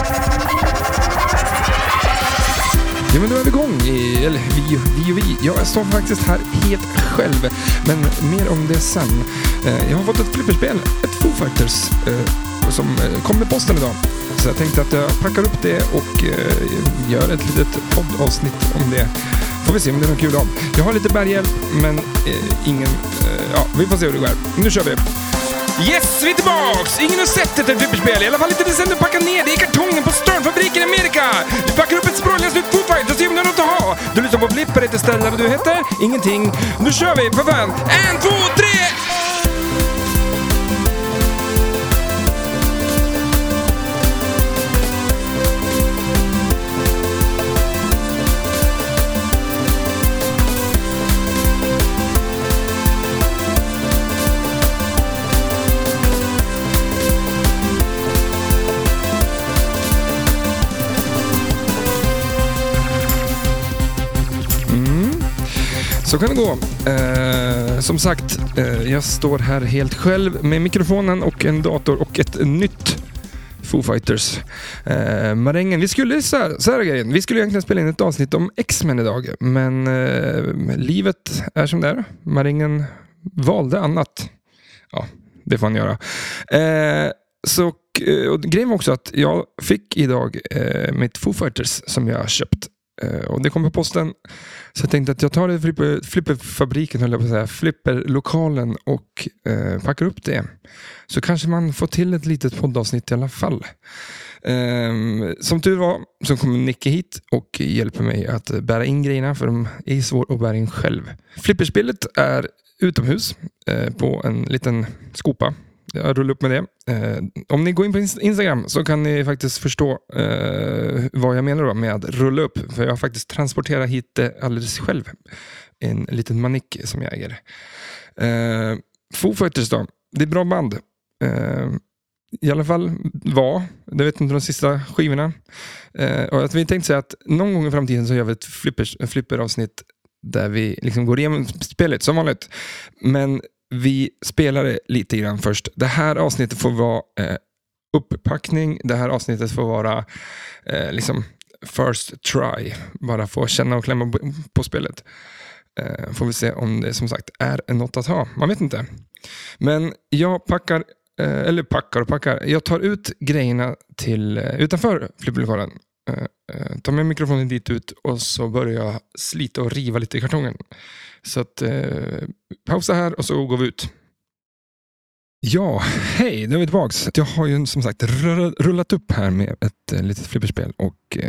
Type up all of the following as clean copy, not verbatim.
Ja, men då är vi igång. Jag står faktiskt här helt själv. Men mer om det sen. Jag har fått ett flipperspel, ett Foo Fighters, som kom med posten idag. Så jag tänkte att jag packar upp det och gör ett litet poddavsnitt om det. Får vi se om det är något kul av. Jag har lite bärhjälp, men ingen... vi får se hur det går. Nu kör vi. Yes, vi är tillbaks! Ingen har sett ett flipperspel. I alla fall inte det sen du packar ner det i kartongen på Sternfabriken i Amerika. Du packar upp ett språlöst nytt Foo Fighters och ser om det är något att ha. Du lyssnar på Flipper, ett ställe vad du heter. Ingenting. Nu kör vi, för fan. 1, 2, 3! Så kan det gå. Som sagt, jag står här helt själv med mikrofonen och en dator och ett nytt Foo Fighters. Marängen, vi skulle vi skulle egentligen spela in ett avsnitt om X-Men idag, men livet är som det är. Marängen valde annat. Ja, det får han göra. Och grejen var också att jag fick idag mitt Foo Fighters som jag har köpt. Och det kom på posten. Så jag tänkte att jag tar det flipperfabriken, höll jag på att säga, flipperlokalen och packar upp det. Så kanske man får till ett litet poddavsnitt i alla fall. Som tur var så kommer Nicke hit och hjälper mig att bära in grejerna, för de är svårt att bära in själv. Flipperspelet är utomhus på en liten skopa. Jag rullar upp med det. Om ni går in på Instagram så kan ni faktiskt förstå vad jag menar då med att rulla upp. För jag har faktiskt transporterat hit det alldeles själv. En liten manick som jag äger. Foo Fighters då. Det är bra band. I alla fall det vet inte de sista skivorna. Och att vi tänkte säga att någon gång i framtiden så gör vi ett flipperavsnitt där vi liksom går igenom spelet som vanligt. Men vi spelar det lite grann först. Det här avsnittet får vara upppackning. Det här avsnittet får vara liksom first try. Bara få känna och klämma på spelet. Får vi se om det som sagt är något att ha. Man vet inte. Men jag packar. Jag tar ut grejerna till utanför flipperlokalen. Tar med mikrofonen dit ut och så börjar jag slita och riva lite i kartongen. Så att pausa här och så går vi ut. Ja, hej, då är vi tillbaks. Jag har ju som sagt rullat upp här med ett litet flipperspel. Och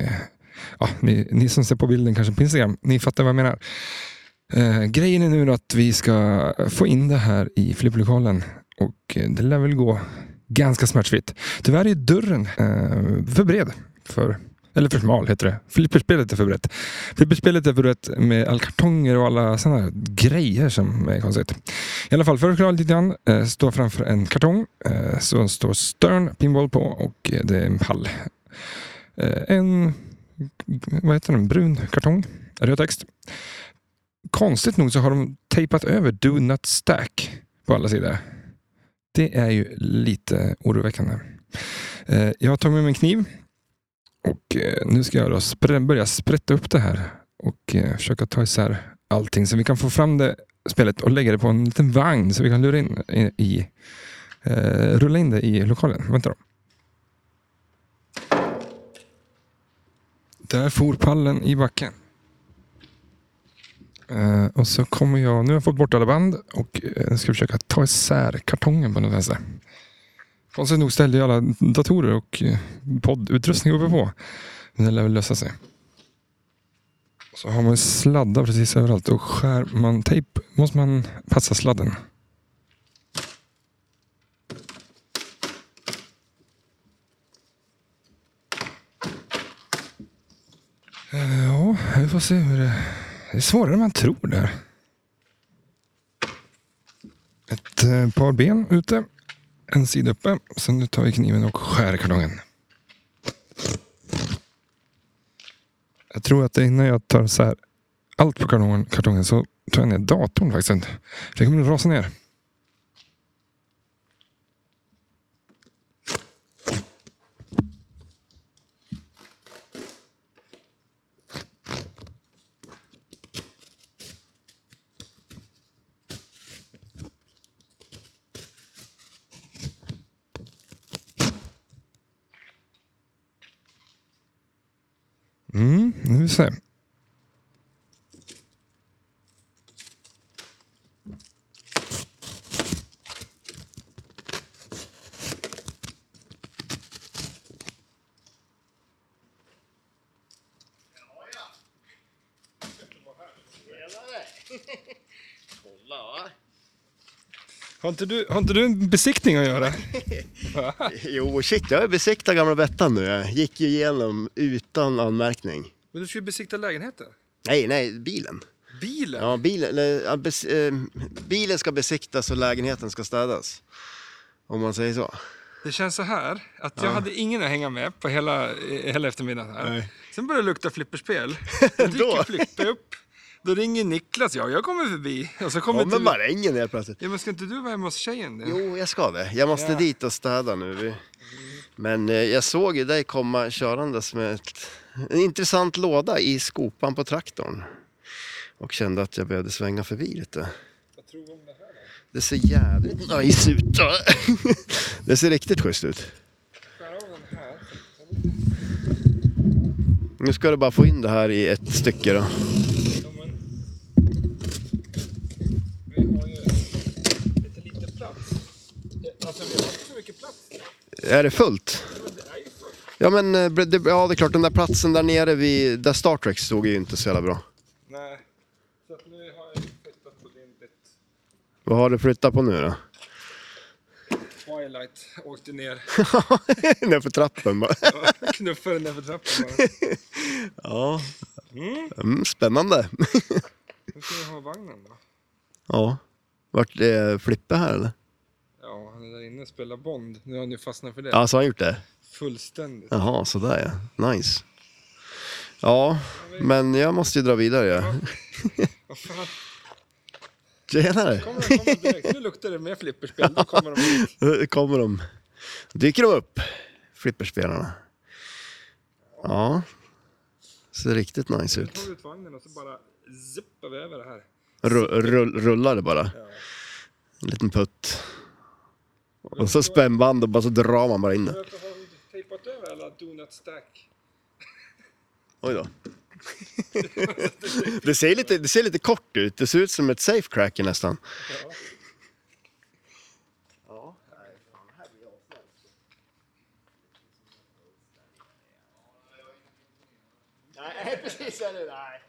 ni som ser på bilden kanske på Instagram, ni fattar vad jag menar. Grejen är nu att vi ska få in det här i flipperlokalen. Och det lär väl gå ganska smärtfritt. Tyvärr är dörren för bred eller för smal heter det. Flipperspelet är för brett. Flipperspelet är för brett med alla kartonger och alla sådana grejer som är konstigt. I alla fall, för att förklara lite grann, står framför en kartong. Så står Stern Pinball på och det är en pall. En brun kartong. Röd text. Konstigt nog så har de tejpat över Do Not Stack på alla sidor. Det är ju lite oroväckande. Jag tar med mig en kniv. Och nu ska jag då börja sprätta upp det här och försöka ta isär allting så vi kan få fram det spelet och lägga det på en liten vagn så vi kan rulla in det i lokalen. Vänta då. Där for pallen i backen. Och så kommer nu har jag fått bort alla band och ska försöka ta isär kartongen på något vänster. Konstigt nog ställde jag alla datorer och poddutrustning uppe på. Men det lär väl lösa sig. Så har man sladdar precis överallt. Och skär man tejp måste man passa sladden. Ja, vi får se hur det är svårare än man tror där. Ett par ben ute. En sida uppe. Så nu tar vi kniven och skär kartongen. Jag tror att innan jag tar så här allt på kartongen så tar jag ner datorn faktiskt. Det kommer att rasa ner. vi se. Har inte du en besiktning att göra? Jo, shit, jag har besiktat gamla Bettan nu. Jag gick ju igenom utan anmärkning. Men du ska ju besikta lägenheten. Nej, bilen. Bilen? Ja, bilen ska besiktas och lägenheten ska städas. Om man säger så. Det känns så här, att jag hade ingen att hänga med på hela eftermiddagen här. Nej. Sen började det lukta flipperspel. Då dyker Flipper upp. Då ringer Niklas, jag kommer förbi. Och så kommer Men bara ingen helt plötsligt. Ja, men ska inte du vara hemma hos tjejen? Det? Jo, jag ska det. Jag måste dit och städa nu. Men jag såg ju dig komma körandes med en intressant låda i skopan på traktorn. Och kände att jag behövde svänga förbi lite. Vad tror du om det här då? Det ser jävligt nice ut. Det ser riktigt schysst ut. Skär av den här. Nu ska du bara få in det här i ett stycke då. Vi har ju lite lite plats. Alltså vi har inte så mycket plats. Är det fullt? Ja, men det är klart, den där platsen där nere där Star Trek stod ju inte så jävla bra. Nej, så att nu har jag flyttat på din bit. Vad har du flyttat på nu då? Twilight åkte ner. Ner för trappen bara. Knuffade ner för trappen bara. Ja. Spännande. Nu ska vi ha vagnen då. Ja. Vart det Flippe här eller? Ja, han är där inne och spelar Bond. Nu har han ju fastnat för det. Ja, så har han gjort det? Fullständigt. Jaha, sådär ja. Nice. Ja, men jag måste ju dra vidare. Ja. Vad fan? Tjenare. Kommer direkt. Nu luktar det mer flipperspel. Då kommer de hit. Kommer de. Dyker de upp. Flipperspelarna. Ja. Ser riktigt nice ut. Jag tar ut vagnen och så bara zippar vi över det här. Rullar det bara. Ja. En liten putt. Och så spännband och bara så drar man bara in det. Jag har tejpat över alla do not stack. Oj då. Det ser lite kort ut. Det ser ut som ett safe cracker nästan. Ja. Ja. Nej, precis. Nej.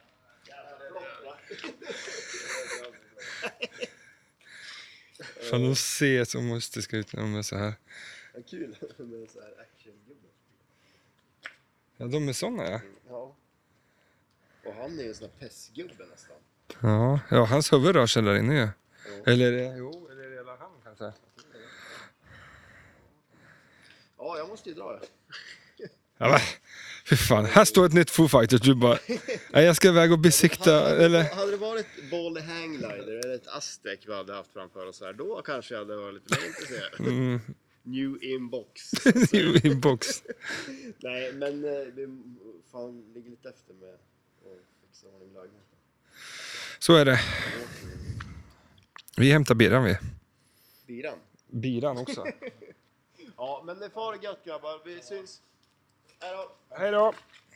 Fan, de ser så mystiska ut när de är så här. Kul med så här actiongubbe. Ja, de är såna, ja. Ja. Och han är ju en sån här pestgubbe nästan. Ja, hans huvud rör sig där inne ju. Eller är det hela han kanske? Ja, jag måste ju dra det. Ja, men, fy fan, här står ett nytt Foo Fighters. Du bara, nej, jag ska iväg och besikta, eller? Hade det varit Baldy Hanglider eller ett Aztec vi hade haft framför oss här, då kanske jag hade varit lite mer intresserad. New inbox. New inbox. Nej, men vi fan ligger lite efter med att fixa ordning lägenheten. Så är det. Vi hämtar biran vi. Biran? Biran också. Ja, men det far gött grabbar. Vi syns. Hej då. Hej då.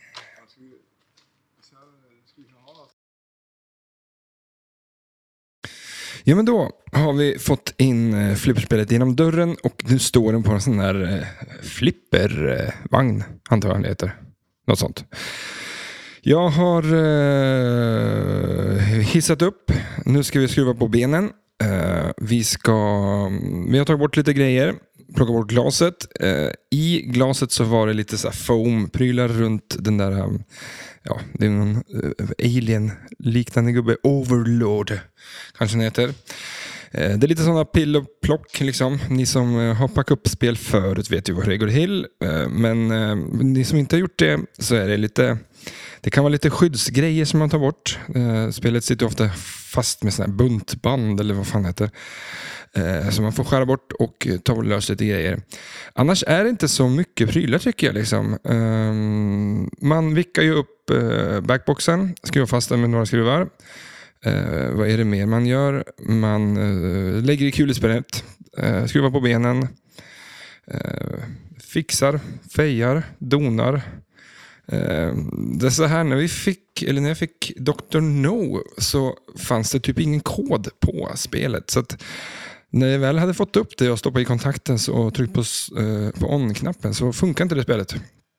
Ja, men då har vi fått in flipperspelet genom dörren och nu står den på en sån här flippervagn, antar jag det heter. Något sånt. Jag har hissat upp. Nu ska vi skruva på benen. Vi har tagit bort lite grejer. Plockat bort glaset. I glaset så var det lite så här foam-prylar runt den där... Ja, det är någon alien-liknande gubbe. Overlord, kanske den heter. Det är lite sådana pill och plock liksom. Ni som har packat upp spel förut vet ju vad det går till. Men ni som inte har gjort det så är det lite... Det kan vara lite skyddsgrejer som man tar bort. Spelet sitter ofta fast med sådana här buntband eller vad fan det heter. Så man får skära bort och ta lös lite grejer. Annars är det inte så mycket prylar tycker jag. Liksom. Man vickar ju upp backboxen, skruvar fast den med några skruvar. Vad är det mer man gör? Man lägger i kulespännet, skruvar på benen, fixar, fejar, donar. Det är så här, när jag fick Dr. No så fanns det typ ingen kod på spelet. Så att när jag väl hade fått upp det och stoppat i kontakten och tryckt på on-knappen så funkar inte det spelet.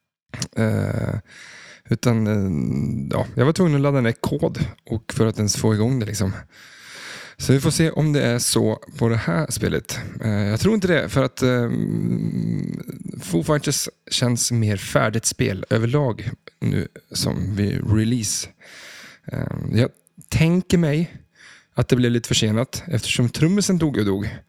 Utan jag var tvungen att ladda ner kod och för att ens få igång det liksom. Så vi får se om det är så på det här spelet. Jag tror inte det, för att Foo Fighters känns mer färdigt spel överlag nu som vid release. Jag tänker mig att det blev lite försenat eftersom trummisen dog.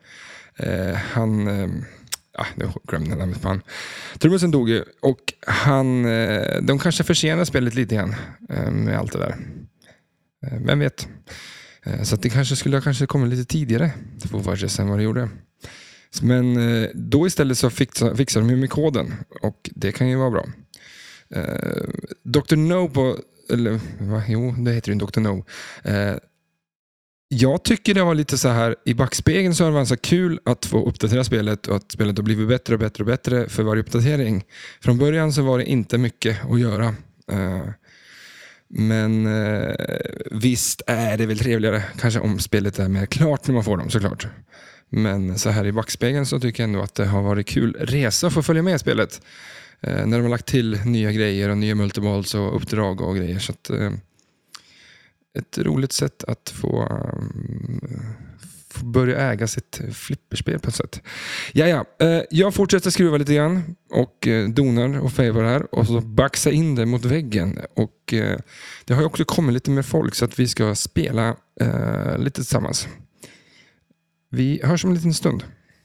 Nu glömde jag namnet på han. Trummisen dog och de kanske försenar spelet lite grann med allt det där. Vem vet? Så att det kanske skulle ha komma lite tidigare på varje sen vad det gjorde. Men då istället så fixar de ju med koden och det kan ju vara bra. Dr. No det heter ju Dr. No. Jag tycker det var lite så här i backspegeln så har det varit så kul att få uppdatera spelet och att spelet har blivit bättre och bättre och bättre för varje uppdatering. Från början så var det inte mycket att göra. Men visst är det väl trevligare kanske om spelet är mer klart när man får dem, såklart. Men så här i backspegeln så tycker jag ändå att det har varit kul resa för att följa med spelet. När de har lagt till nya grejer och nya multiballs och uppdrag och grejer. Så att, ett roligt sätt att få börja äga sitt flipperspel på ett sätt. Jag fortsätter skruva lite grann och donar och favar här och så baxa in det mot väggen och det har ju också kommit lite mer folk så att vi ska spela lite tillsammans. Vi hörs om en liten stund.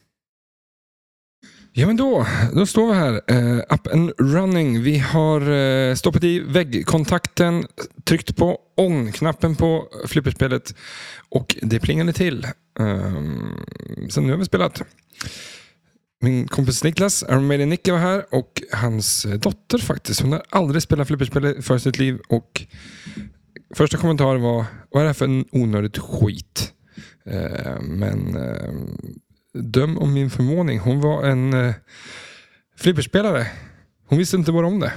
Ja, men då står vi här up and running. Vi har stoppat i väggkontakten, tryckt på on-knappen på flipperspelet och det plingade till. Så nu har vi spelat. Min kompis Niklas, Iron Maiden Nicke, var här och hans dotter faktiskt. Hon har aldrig spelat flipperspel för sitt liv och första kommentaren var: vad är det här för en onödigt skit? Men döm om min förvåning. Hon var en flipperspelare. Hon visste inte bara om det.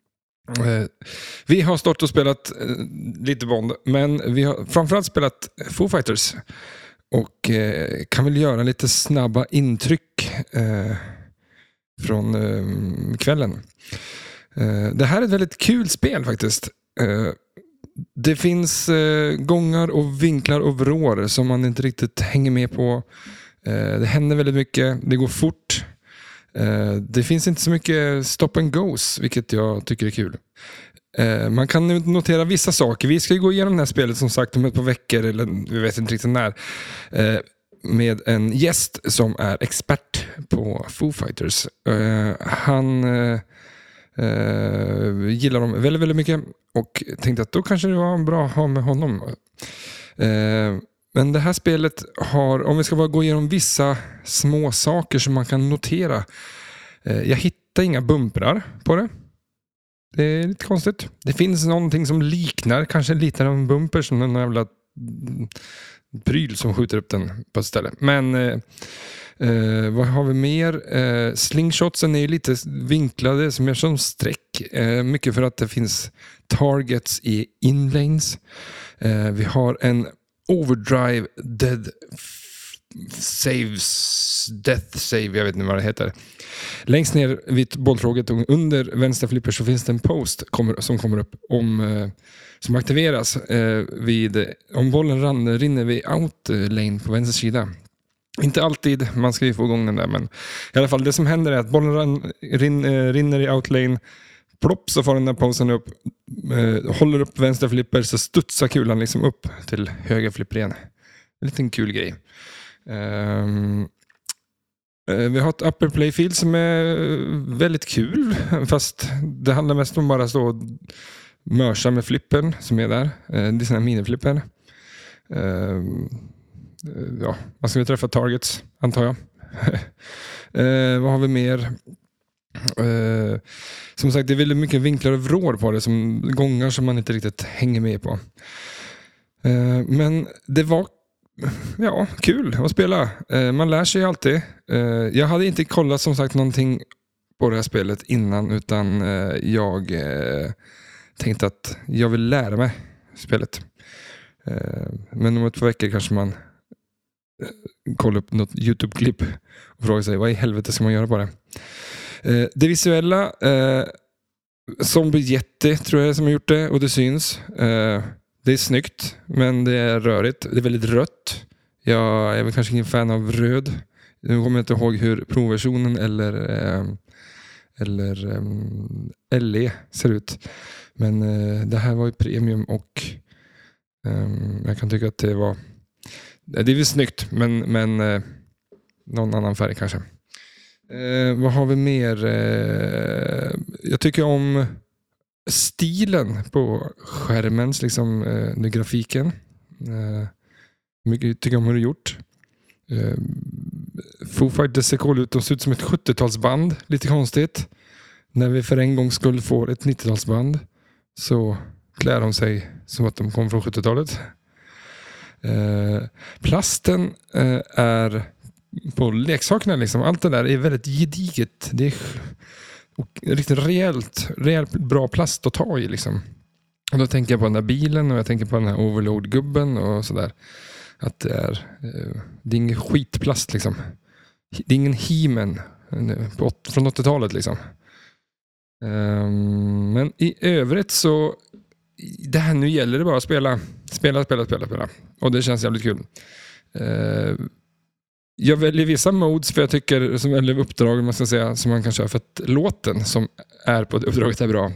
Vi har stått och spelat lite Bond, men vi har framförallt spelat Foo Fighters och kan väl göra lite snabba intryck från kvällen. Det här är ett väldigt kul spel faktiskt. Det finns gångar och vinklar och vrår som man inte riktigt hänger med på. Det händer väldigt mycket, det går fort. Det finns inte så mycket stop and goes, vilket jag tycker är kul. Man kan notera vissa saker. Vi ska gå igenom det här spelet som sagt om ett par veckor, eller vi vet inte riktigt när, med en gäst som är expert på Foo Fighters. Han gillar dem väldigt, väldigt mycket och tänkte att då kanske det var bra att ha med honom. Men det här spelet har, om vi ska bara gå igenom vissa små saker som man kan notera. Jag hittar inga bumprar på det. Det är lite konstigt. Det finns någonting som liknar, kanske lite av en bumper, som en jävla pryl som skjuter upp den på ett ställe. Men vad har vi mer? Slingshotsen är ju lite vinklade som är som streck. Mycket för att det finns targets i inlanes. Vi har en overdrive death save, jag vet inte vad det heter. Längst ner vid bolltråget och under vänster flipper så finns det en post som kommer upp som aktiveras om bollen rinner vid out lane på vänster sida. Inte alltid, man ska ju få igång den där, men i alla fall det som händer är att bollen rinner i out lane, plopp så får den där posten upp, håller upp vänster flipper så studsar kulan liksom upp till höger flipper igen. En liten kul grej. Vi har ett upper playfield som är väldigt kul, fast det handlar mest om bara stå och mörsa med flippen som är där. Det är såna här miniflipper. Man ska träffa targets, antar jag. Vad har vi mer? Som sagt, det är väldigt mycket vinklar och vrår på det, som gångar som man inte riktigt hänger med på. Men det var kul att spela. Man lär sig alltid. Jag hade inte kollat som sagt någonting på det här spelet innan, utan jag tänkte att jag vill lära mig spelet. Men om 2 veckor kanske man kollar upp något YouTube-klipp och frågar sig vad i helvete ska man göra på det. Det visuella, Zombie Yeti tror jag som har gjort det, och det syns. Det är snyggt, men det är rörigt. Det är väldigt rött. Jag är väl kanske ingen fan av röd. Nu kommer jag inte ihåg hur provversionen eller LE ser ut. Men det här var ju premium, och jag kan tycka att det är väl snyggt, men någon annan färg kanske. Vad har vi mer? Jag tycker om stilen på skärmens liksom, grafiken. Mycket tycker jag om hur det är gjort. Foo Fighters ser cool ut. De ser ut som ett 70-talsband. Lite konstigt. När vi för en gång skulle få ett 90-talsband så klär de sig som att de kom från 70-talet. Plasten är på leksakerna liksom. Allt det där är väldigt gediget. Det är riktigt rejält bra plast att ta i liksom. Och då tänker jag på den där bilen, och jag tänker på den här Overload-gubben och sådär. Att det är ingen skitplast liksom. Det är ingen He-Man från 80-talet liksom. Men i övrigt så det här, nu gäller det bara att spela. Och det känns jävligt kul. Jag väljer vissa modes, för jag tycker, som eller uppdrag man ska säga, som man kan köra, för att låten som är på uppdraget är bra.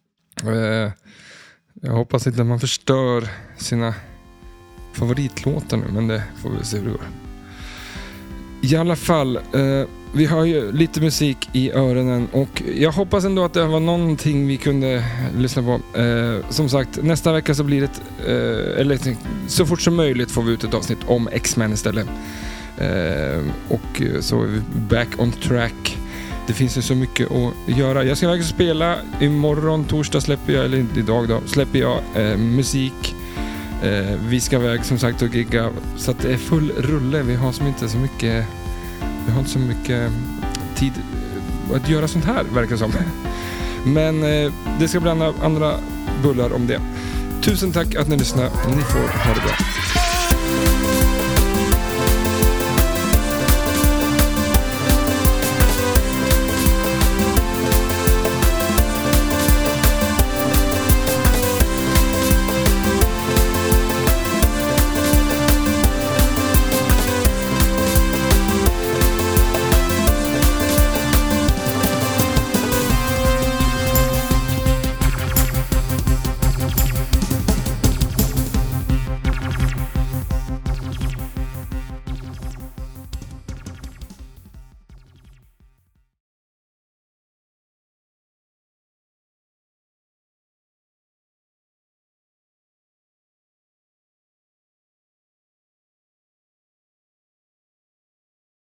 Jag hoppas inte att man förstör sina favoritlåtar nu, men det får vi se hur det går. I alla fall, vi har ju lite musik i öronen, och jag hoppas ändå att det var någonting vi kunde lyssna på. Som sagt, nästa vecka så blir det eller så fort som möjligt får vi ut ett avsnitt om X-Men istället. Och så är vi back on track. Det finns ju så mycket att göra. Jag ska verkligen spela imorgon, torsdag släpper jag, eller idag då, släpper jag musik. Vi ska iväg som sagt och gigga, så att det är full rulle. Vi har inte så mycket tid att göra sånt här, verkar som. Men det ska bli andra bullar om det. Tusen tack att ni lyssnar. Ni får ha det bra.